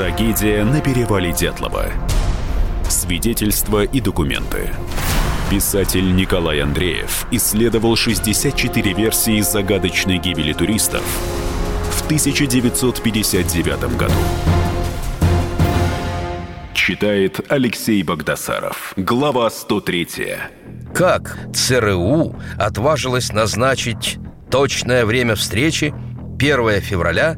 Трагедия на перевале Дятлова. Свидетельства и документы. Писатель Николай Андреев исследовал 64 версии загадочной гибели туристов в 1959 году. Читает Алексей Богдасаров. Глава 103. Как ЦРУ отважилась назначить точное время встречи 1 февраля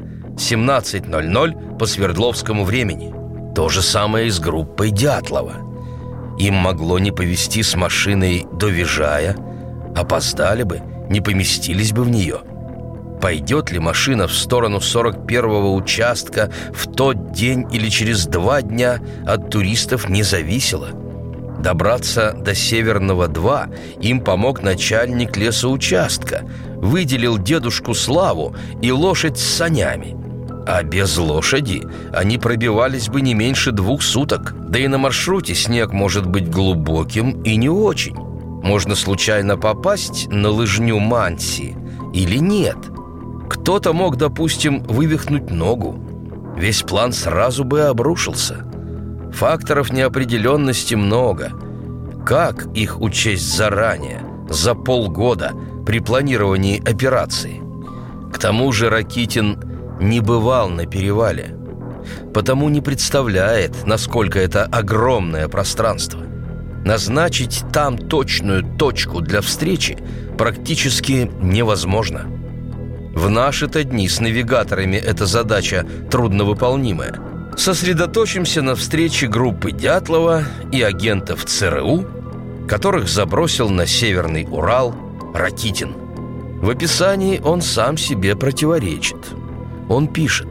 17:00 по Свердловскому времени? То же самое и с группой Дятлова. Им могло не повезти с машиной до Вижая, опоздали бы, не поместились бы в нее. Пойдет ли машина в сторону 41-го участка в тот день или через 2 дня, от туристов не зависело. Добраться до Северного 2 им помог начальник лесоучастка, выделил дедушку Славу и лошадь с санями. А без лошади они пробивались бы не меньше 2 суток. Да и на маршруте снег может быть глубоким и не очень. Можно случайно попасть на лыжню Манси или нет. Кто-то мог, допустим, вывихнуть ногу. Весь план сразу бы обрушился. Факторов неопределенности много. Как их учесть заранее, за полгода, при планировании операции? К тому же Ракитин не бывал на перевале, потому не представляет, насколько это огромное пространство. Назначить там точную точку для встречи практически невозможно. В наши-то дни с навигаторами эта задача трудновыполнимая. Сосредоточимся на встрече группы Дятлова и агентов ЦРУ, которых забросил на Северный Урал Ракитин. В описании он сам себе противоречит. Он пишет: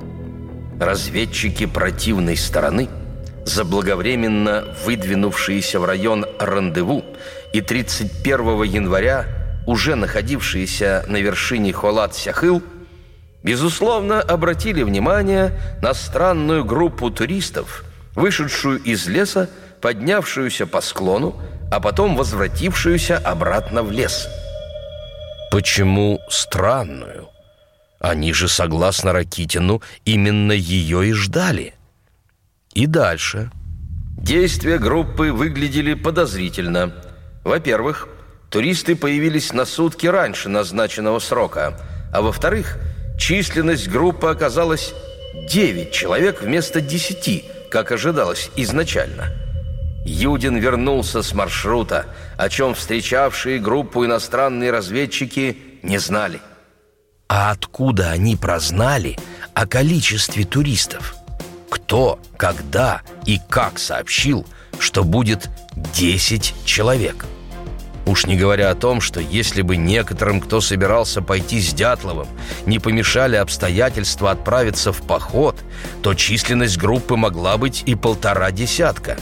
разведчики противной стороны, заблаговременно выдвинувшиеся в район рандеву и 31 января уже находившиеся на вершине Холат-Сяхыл, безусловно, обратили внимание на странную группу туристов, вышедшую из леса, поднявшуюся по склону, а потом возвратившуюся обратно в лес. Почему странную? Они же, согласно Ракитину, именно ее и ждали. И дальше. Действия группы выглядели подозрительно. Во-первых, туристы появились на сутки раньше назначенного срока, а во-вторых, численность группы оказалась 9 человек вместо 10, как ожидалось изначально. Юдин вернулся с маршрута, о чем встречавшие группу иностранные разведчики не знали. А откуда они прознали о количестве туристов? Кто, когда и как сообщил, что будет 10 человек? Уж не говоря о том, что если бы некоторым, кто собирался пойти с Дятловым, не помешали обстоятельства отправиться в поход, то численность группы могла быть и 1,5 десятка.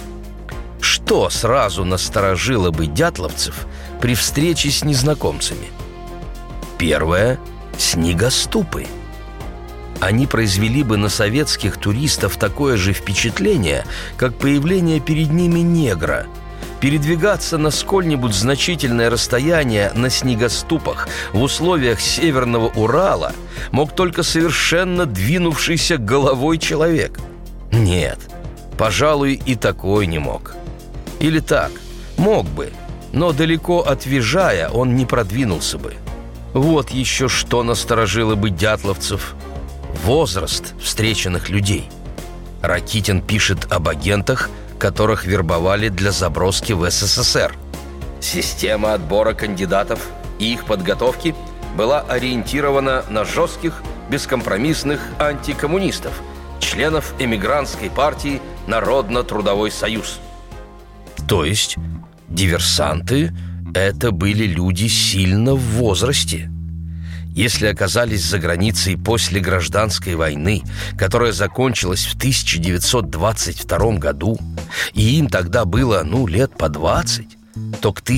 Что сразу насторожило бы дятловцев при встрече с незнакомцами? Первое – снегоступы. Они произвели бы на советских туристов такое же впечатление, как появление перед ними негра. Передвигаться на сколь-нибудь значительное расстояние на снегоступах в условиях Северного Урала мог только совершенно двинувшийся головой человек. Нет, пожалуй, и такой не мог. Или так, мог бы, но далеко от Вижая он не продвинулся бы. Вот еще что насторожило бы дятловцев: возраст встреченных людей. Ракитин пишет об агентах, которых вербовали для заброски в СССР. Система отбора кандидатов и их подготовки была ориентирована на жестких, бескомпромиссных антикоммунистов, членов эмигрантской партии «Народно-трудовой союз». То есть диверсанты – это были люди сильно в возрасте. Если оказались за границей после гражданской войны, которая закончилась в 1922 году, и им тогда было, лет по 20, то к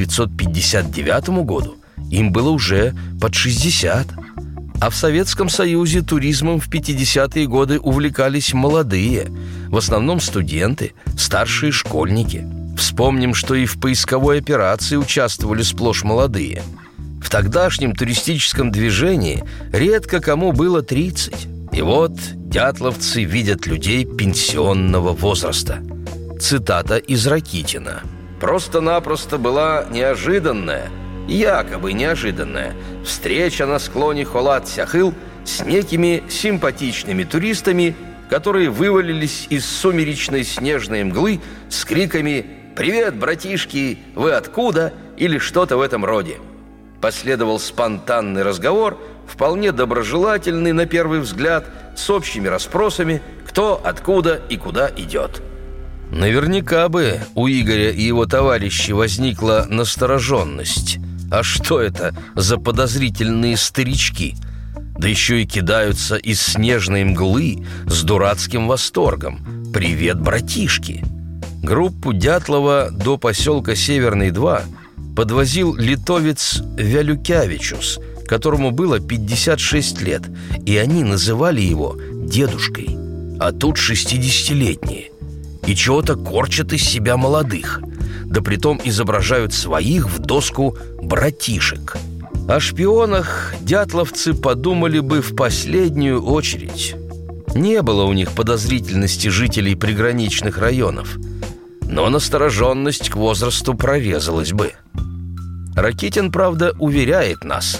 1959 году им было уже под 60. А в Советском Союзе туризмом в 50-е годы увлекались молодые, в основном студенты, старшие школьники. Вспомним, что и в поисковой операции участвовали сплошь молодые. В тогдашнем туристическом движении редко кому было 30. И вот дятловцы видят людей пенсионного возраста. Цитата из Ракитина. «Просто-напросто была неожиданная, якобы неожиданная, встреча на склоне Холат-Сяхыл с некими симпатичными туристами, которые вывалились из сумеречной снежной мглы с криками «Привет, братишки! Вы откуда?» или что-то в этом роде. Последовал спонтанный разговор, вполне доброжелательный на первый взгляд, с общими расспросами, кто, откуда и куда идет. Наверняка бы у Игоря и его товарищей возникла настороженность. А что это за подозрительные старички? Да еще и кидаются из снежной мглы с дурацким восторгом. «Привет, братишки!» Группу Дятлова до поселка Северный 2 подвозил литовец Вялюкявичус, которому было 56 лет, и они называли его дедушкой. А тут 60-летние. И чего-то корчат из себя молодых. Да притом изображают своих в доску братишек. О шпионах дятловцы подумали бы в последнюю очередь. Не было у них подозрительности жителей приграничных районов. Но настороженность к возрасту прорезалась бы. Ракитин, правда, уверяет нас.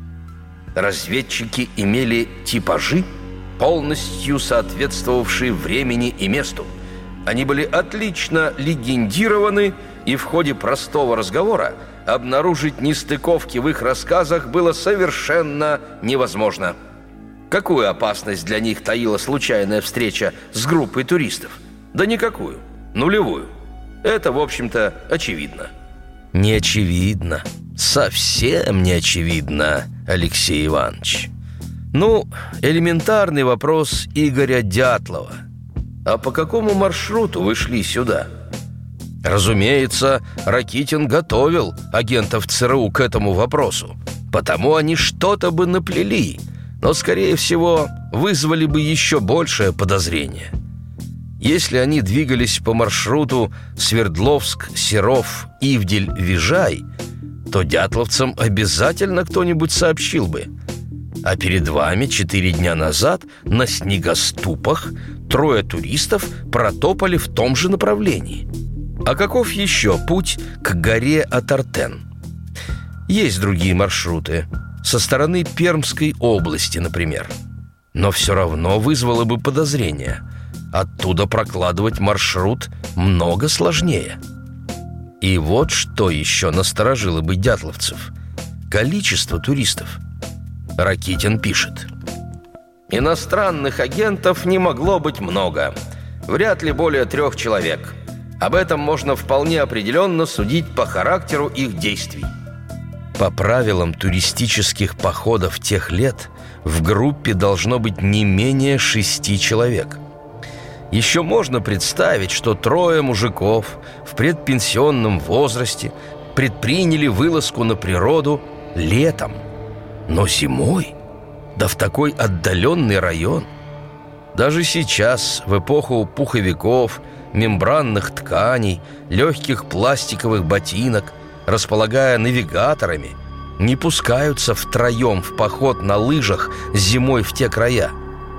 Разведчики имели типажи, полностью соответствовавшие времени и месту. Они были отлично легендированы, и в ходе простого разговора обнаружить нестыковки в их рассказах было совершенно невозможно. Какую опасность для них таила случайная встреча с группой туристов? Да никакую, нулевую. Это, в общем-то, очевидно. Не очевидно, совсем не очевидно, Алексей Иванович. Ну, элементарный вопрос Игоря Дятлова. А по какому маршруту вы шли сюда? Разумеется, Ракитин готовил агентов ЦРУ к этому вопросу. Потому они что-то бы наплели, но, скорее всего, вызвали бы еще большее подозрение. Если они двигались по маршруту Свердловск, Серов, Ивдель, Вижай, то дятловцам обязательно кто-нибудь сообщил бы. А перед вами 4 дня назад на снегоступах 3 туристов протопали в том же направлении. А каков еще путь к горе Атартен? Есть другие маршруты, со стороны Пермской области, например. Но все равно вызвало бы подозрение. Оттуда прокладывать маршрут много сложнее. И вот что еще насторожило бы дятловцев: количество туристов. Ракитин пишет: иностранных агентов не могло быть много. Вряд ли более 3 человек. Об этом можно вполне определенно судить по характеру их действий. По правилам туристических походов тех лет в группе должно быть не менее 6 человек. Еще можно представить, что 3 мужиков в предпенсионном возрасте предприняли вылазку на природу летом. Но зимой? Да в такой отдаленный район? Даже сейчас, в эпоху пуховиков, мембранных тканей, легких пластиковых ботинок, располагая навигаторами, не пускаются втроем в поход на лыжах зимой в те края.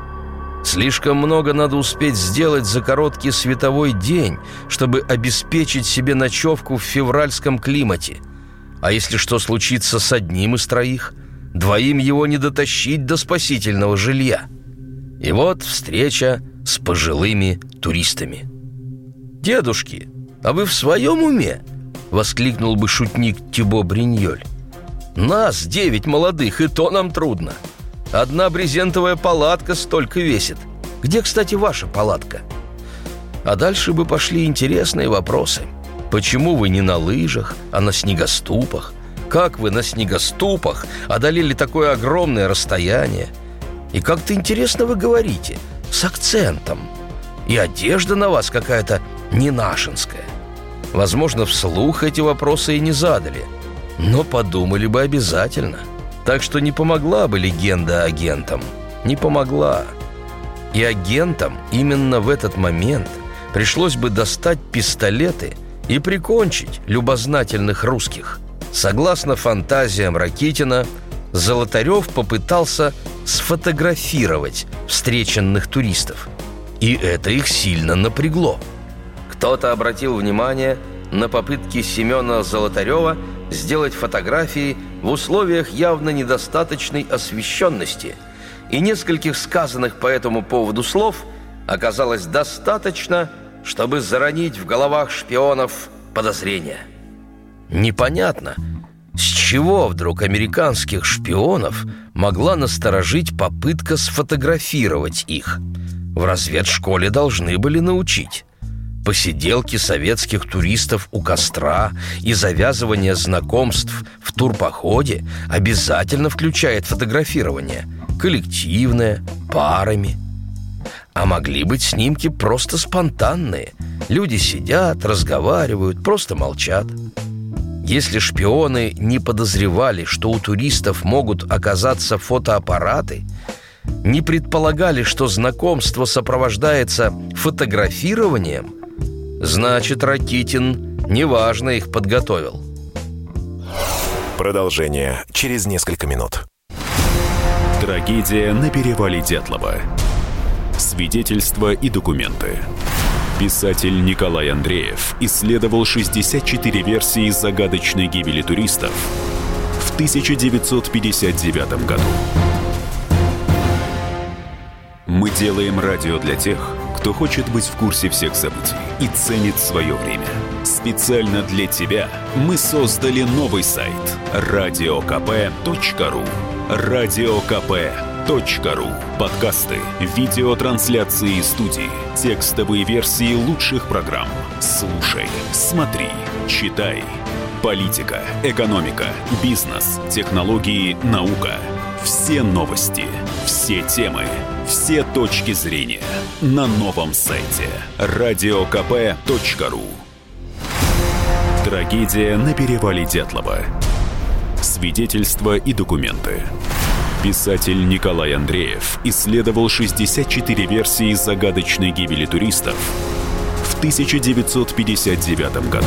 Слишком много надо успеть сделать за короткий световой день, чтобы обеспечить себе ночевку в февральском климате. А если что случится с одним из 3, 2 его не дотащить до спасительного жилья. И вот встреча с пожилыми туристами. «Дедушки, а вы в своем уме?» — воскликнул бы шутник Тибо Бриньоль. «Нас 9 молодых, и то нам трудно. Одна брезентовая палатка столько весит. Где, кстати, ваша палатка?» А дальше бы пошли интересные вопросы. Почему вы не на лыжах, а на снегоступах? Как вы на снегоступах одолели такое огромное расстояние? И как-то интересно вы говорите, с акцентом. И одежда на вас какая-то ненашинская. Возможно, вслух эти вопросы и не задали, но подумали бы обязательно. Так что не помогла бы легенда агентам. Не помогла. И агентам именно в этот момент пришлось бы достать пистолеты и прикончить любознательных русских. Согласно фантазиям Ракитина, Золотарев попытался сфотографировать встреченных туристов. И это их сильно напрягло. Кто-то обратил внимание на попытки Семена Золотарева сделать фотографии в условиях явно недостаточной освещенности, и нескольких сказанных по этому поводу слов оказалось достаточно, чтобы заронить в головах шпионов подозрения. Непонятно, с чего вдруг американских шпионов могла насторожить попытка сфотографировать их. В разведшколе должны были научить. Посиделки советских туристов у костра и завязывание знакомств в турпоходе обязательно включает фотографирование. Коллективное, парами. А могли быть снимки просто спонтанные. Люди сидят, разговаривают, просто молчат. Если шпионы не подозревали, что у туристов могут оказаться фотоаппараты, не предполагали, что знакомство сопровождается фотографированием, значит, Ракитин неважно их подготовил. Продолжение через несколько минут. Трагедия на перевале Дятлова. Свидетельства и документы. Писатель Николай Андреев исследовал 64 версии загадочной гибели туристов в 1959 году. Мы делаем радио для тех, кто хочет быть в курсе всех событий и ценит свое время. Специально для тебя мы создали новый сайт radiokp.ru. radiokp.ru. Подкасты, видеотрансляции из студии, текстовые версии лучших программ. Слушай, смотри, читай. Политика, экономика, бизнес, технологии, наука. Все новости, все темы, все точки зрения на новом сайте radiokp.ru. Трагедия на перевале Дятлова. Свидетельства и документы. Писатель Николай Андреев исследовал 64 версии загадочной гибели туристов в 1959 году.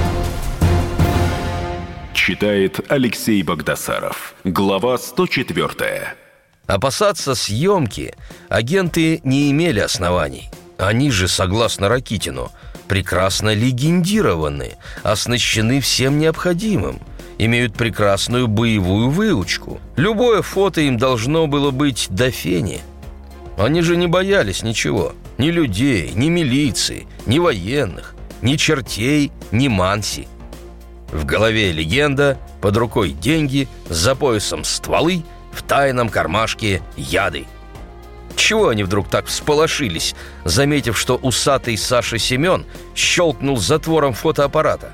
Читает Алексей Богдасаров. Глава 104. Опасаться съемки агенты не имели оснований. Они же, согласно Ракитину, прекрасно легендированы, оснащены всем необходимым, имеют прекрасную боевую выучку. Любое фото им должно было быть до фени. Они же не боялись ничего. Ни людей, ни милиции, ни военных, ни чертей, ни манси. В голове легенда, под рукой деньги, за поясом стволы, в тайном кармашке яды. Чего они вдруг так всполошились, заметив, что усатый Саша Семен щелкнул затвором фотоаппарата?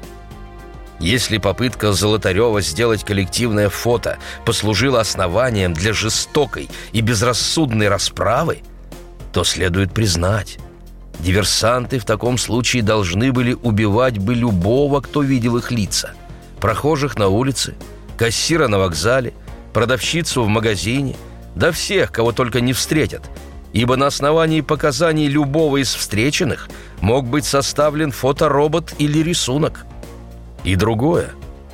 Если попытка Золотарева сделать коллективное фото послужила основанием для жестокой и безрассудной расправы, то следует признать, диверсанты в таком случае должны были убивать бы любого, кто видел их лица. Прохожих на улице, кассира на вокзале, продавщицу в магазине, да всех, кого только не встретят, ибо на основании показаний любого из встреченных мог быть составлен фоторобот или рисунок. И другое.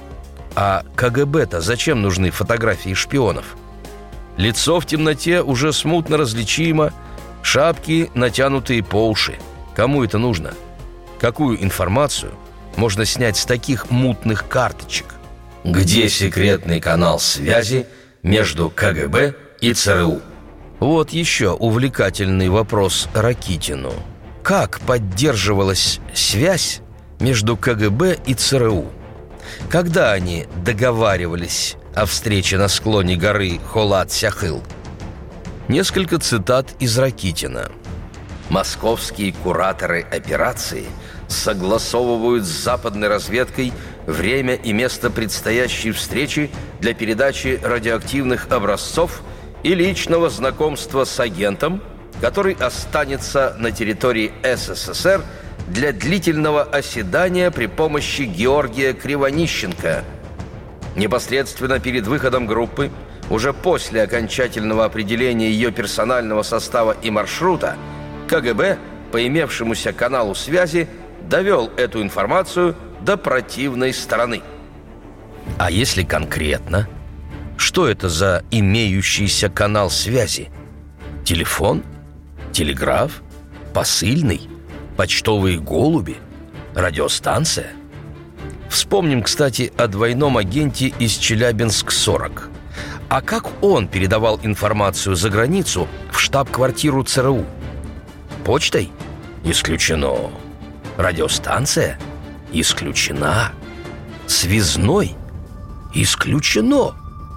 А КГБ-то зачем нужны фотографии шпионов? Лицо в темноте уже смутно различимо, шапки, натянутые по уши. Кому это нужно? Какую информацию можно снять с таких мутных карточек? Где секретный канал связи между КГБ и ЦРУ? Вот еще увлекательный вопрос Ракитину. Как поддерживалась связь между КГБ и ЦРУ? Когда они договаривались о встрече на склоне горы Холат-Сяхыл? Несколько цитат из Ракитина. Московские кураторы операции согласовывают с западной разведкой время и место предстоящей встречи для передачи радиоактивных образцов и личного знакомства с агентом, который останется на территории СССР для длительного оседания при помощи Георгия Кривонищенко. Непосредственно перед выходом группы, уже после окончательного определения ее персонального состава и маршрута, КГБ, по имевшемуся каналу связи, довел эту информацию до противной стороны. А если конкретно? Что это за имеющийся канал связи? Телефон? Телеграф? Посыльный? Почтовые голуби? Радиостанция? Вспомним, кстати, о двойном агенте из Челябинск-40. А как он передавал информацию за границу в штаб-квартиру ЦРУ? Почтой? Исключено. Радиостанция? Исключена. Связной? Исключено.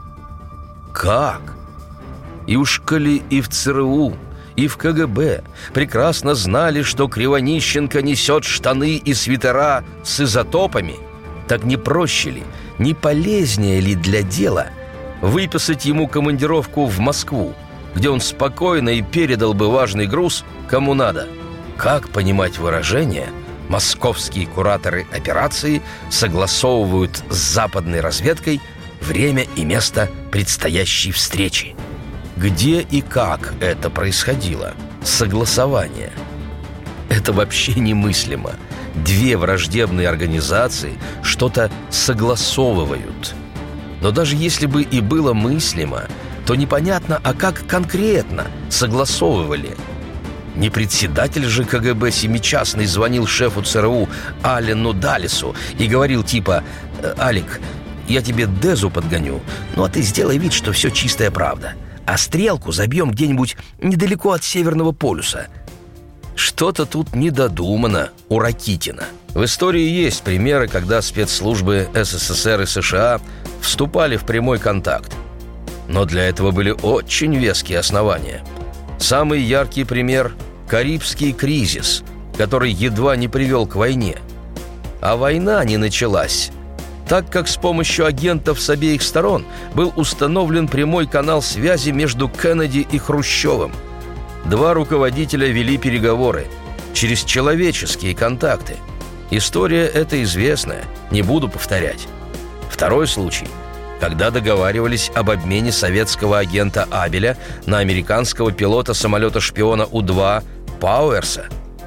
Как? И уж коли и в ЦРУ, и в КГБ прекрасно знали, что Кривонищенко несет штаны и свитера с изотопами, так не проще ли, не полезнее ли для дела выписать ему командировку в Москву, где он спокойно и передал бы важный груз кому надо? Как понимать выражение «московские кураторы операции согласовывают с западной разведкой время и место предстоящей встречи»? Где и как это происходило? Согласование. Это вообще немыслимо. Две враждебные организации что-то согласовывают. Но даже если бы и было мыслимо, то непонятно, а как конкретно согласовывали. Не председатель же КГБ семичастный звонил шефу ЦРУ Алену Даллесу и говорил типа: «Алик, я тебе Дезу подгоню, ну а ты сделай вид, что все чистая правда. А стрелку забьем где-нибудь недалеко от Северного полюса». Что-то тут недодумано у Ракитина. В истории есть примеры, когда спецслужбы СССР и США вступали в прямой контакт. Но для этого были очень веские основания. Самый яркий пример – Карибский кризис, который едва не привел к войне. А война не началась, так как с помощью агентов с обеих сторон был установлен прямой канал связи между Кеннеди и Хрущевым. Два руководителя вели переговоры через человеческие контакты. История эта известная, не буду повторять. Второй случай, когда договаривались об обмене советского агента Абеля на американского пилота самолета-шпиона У-2 Пауэрса.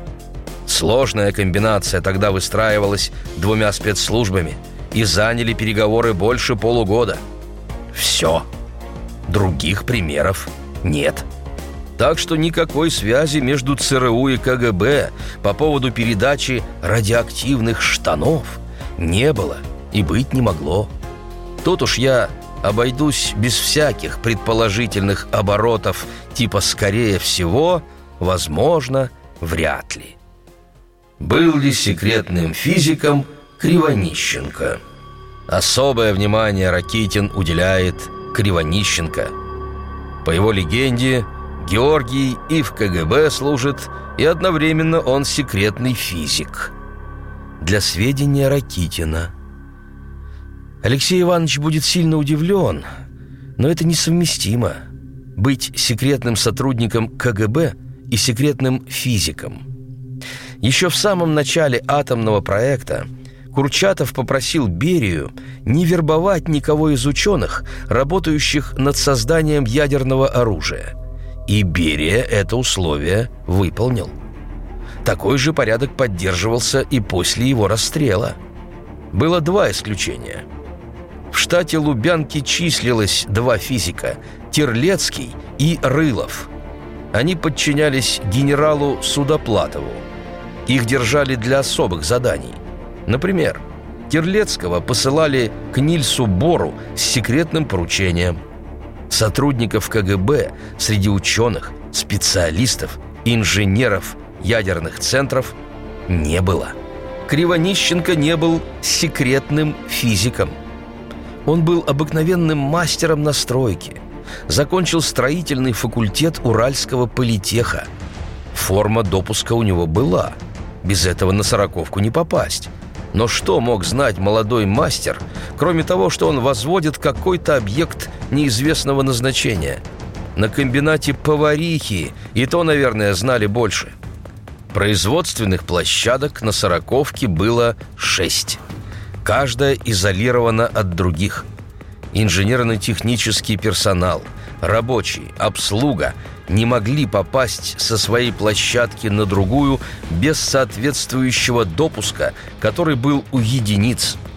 Сложная комбинация тогда выстраивалась двумя спецслужбами, и заняли переговоры больше полугода. Все. Других примеров нет. Так что никакой связи между ЦРУ и КГБ по поводу передачи радиоактивных штанов не было и быть не могло. Тут уж я обойдусь без всяких предположительных оборотов типа «скорее всего», «возможно», «вряд ли». Был ли секретным физиком Кривонищенко? Особое внимание Ракитин уделяет Кривонищенко. По его легенде, Георгий и в КГБ служит, и одновременно он секретный физик. Для сведения Ракитина. Алексей Иванович будет сильно удивлен, но это несовместимо – быть секретным сотрудником КГБ и секретным физиком. Еще в самом начале атомного проекта Курчатов попросил Берию не вербовать никого из ученых, работающих над созданием ядерного оружия. И Берия это условие выполнил. Такой же порядок поддерживался и после его расстрела. Было два исключения. В штате Лубянки числилось два физика – Терлецкий и Рылов. Они подчинялись генералу Судоплатову. Их держали для особых заданий. Например, Терлецкого посылали к Нильсу Бору с секретным поручением. Сотрудников КГБ среди ученых, специалистов, инженеров ядерных центров не было. Кривонищенко не был секретным физиком. Он был обыкновенным мастером на стройке. Закончил строительный факультет Уральского политеха. Форма допуска у него была. Без этого на сороковку не попасть. Но что мог знать молодой мастер, кроме того, что он возводит какой-то объект неизвестного назначения? На комбинате поварихи и то, наверное, знали больше. Производственных площадок на сороковке было 6. Каждая изолирована от других. Инженерно-технический персонал, рабочие, обслуга не могли попасть со своей площадки на другую без соответствующего допуска, который был у единиц.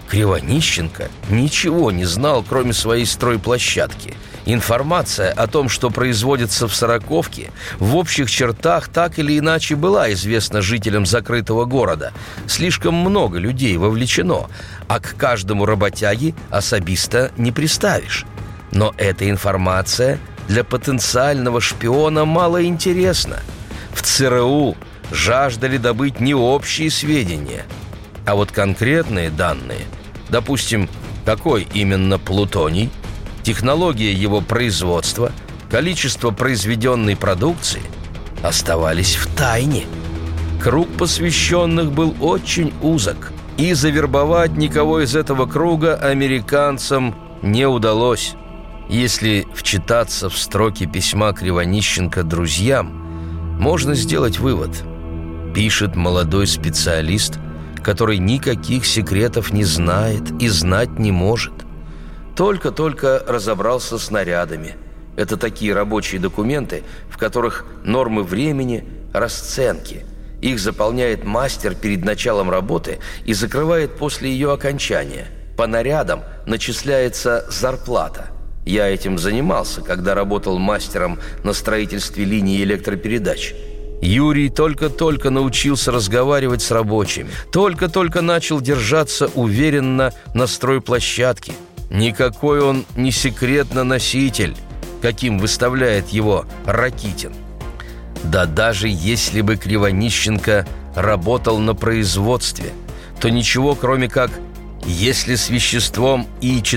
Кривонищенко ничего не знал, кроме своей стройплощадки. Информация о том, что производится в Сороковке, в общих чертах так или иначе была известна жителям закрытого города. Слишком много людей вовлечено, а к каждому работяге особисто не приставишь. Но эта информация для потенциального шпиона мало интересна. В ЦРУ жаждали добыть не общие сведения, а вот конкретные данные. Допустим, какой именно плутоний, технология его производства, количество произведенной продукции оставались в тайне. Круг посвященных был очень узок, и завербовать никого из этого круга американцам не удалось. Если вчитаться в строки письма Кривонищенко друзьям, можно сделать вывод. Пишет молодой специалист, который никаких секретов не знает и знать не может. Только-только разобрался с снарядами. Это такие рабочие документы, в которых нормы времени, расценки. Их заполняет мастер перед началом работы и закрывает после ее окончания. По нарядам начисляется зарплата. Я этим занимался, когда работал мастером на строительстве линии электропередач. Юрий только-только научился разговаривать с рабочими, только-только начал держаться уверенно на стройплощадке. Никакой он не секретно-носитель, каким выставляет его Ракитин. Да даже если бы Кривонищенко работал на производстве, то ничего, кроме как если с веществом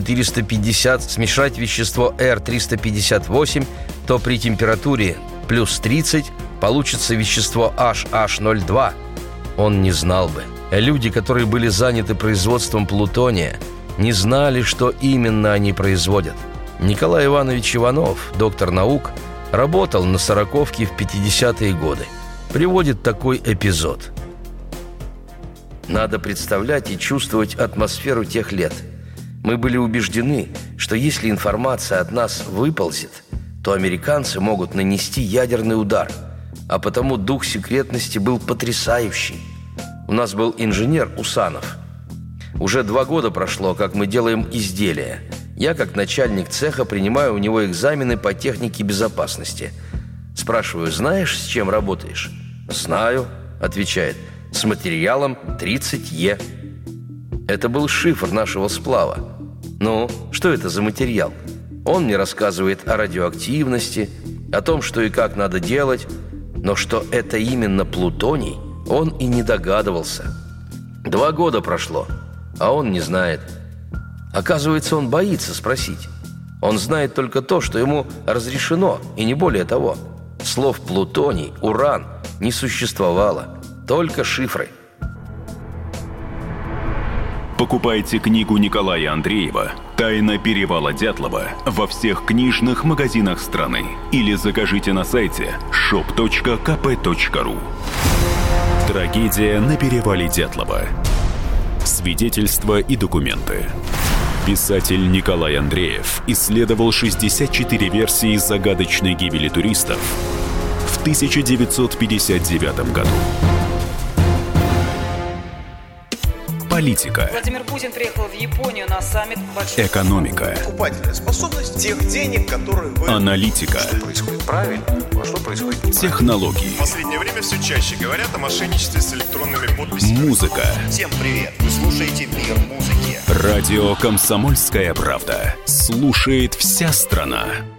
И-450 смешать вещество Р-358, то при температуре плюс 30 получится вещество HH02. Он не знал бы. Люди, которые были заняты производством плутония, не знали, что именно они производят. Николай Иванович Иванов, доктор наук, работал на Сороковке в 50-е годы. Приводит такой эпизод. Надо представлять и чувствовать атмосферу тех лет. Мы были убеждены, что если информация от нас выползет, то американцы могут нанести ядерный удар. А потому дух секретности был потрясающий. У нас был инженер Усанов. Уже 2 года прошло, как мы делаем изделия. Я, как начальник цеха, принимаю у него экзамены по технике безопасности. Спрашиваю: знаешь, с чем работаешь? «Знаю», — отвечает, — «с материалом 30Е». Это был шифр нашего сплава. Ну, что это за материал? Он мне рассказывает о радиоактивности, о том, что и как надо делать, но что это именно плутоний, он и не догадывался. 2 года прошло, а он не знает. Оказывается, он боится спросить. Он знает только то, что ему разрешено, и не более того. Слов плутоний, уран не существовало, только шифры. Покупайте книгу Николая Андреева «Тайна перевала Дятлова» во всех книжных магазинах страны или закажите на сайте shop.kp.ru. Трагедия на перевале Дятлова. Свидетельства и документы. Писатель Николай Андреев исследовал 64 версии загадочной гибели туристов в 1959 году. Политика. Владимир Путин приехал в Японию на саммит большой... Экономика. Покупательная способность тех денег, которые вы... Аналитика. Что происходит правильно, а что происходит неправильно. Технологии. В последнее время все чаще говорят о мошенничестве с электронными подписями. Музыка. Всем привет! Вы слушаете «Мир музыки». Радио «Комсомольская правда». Слушает вся страна.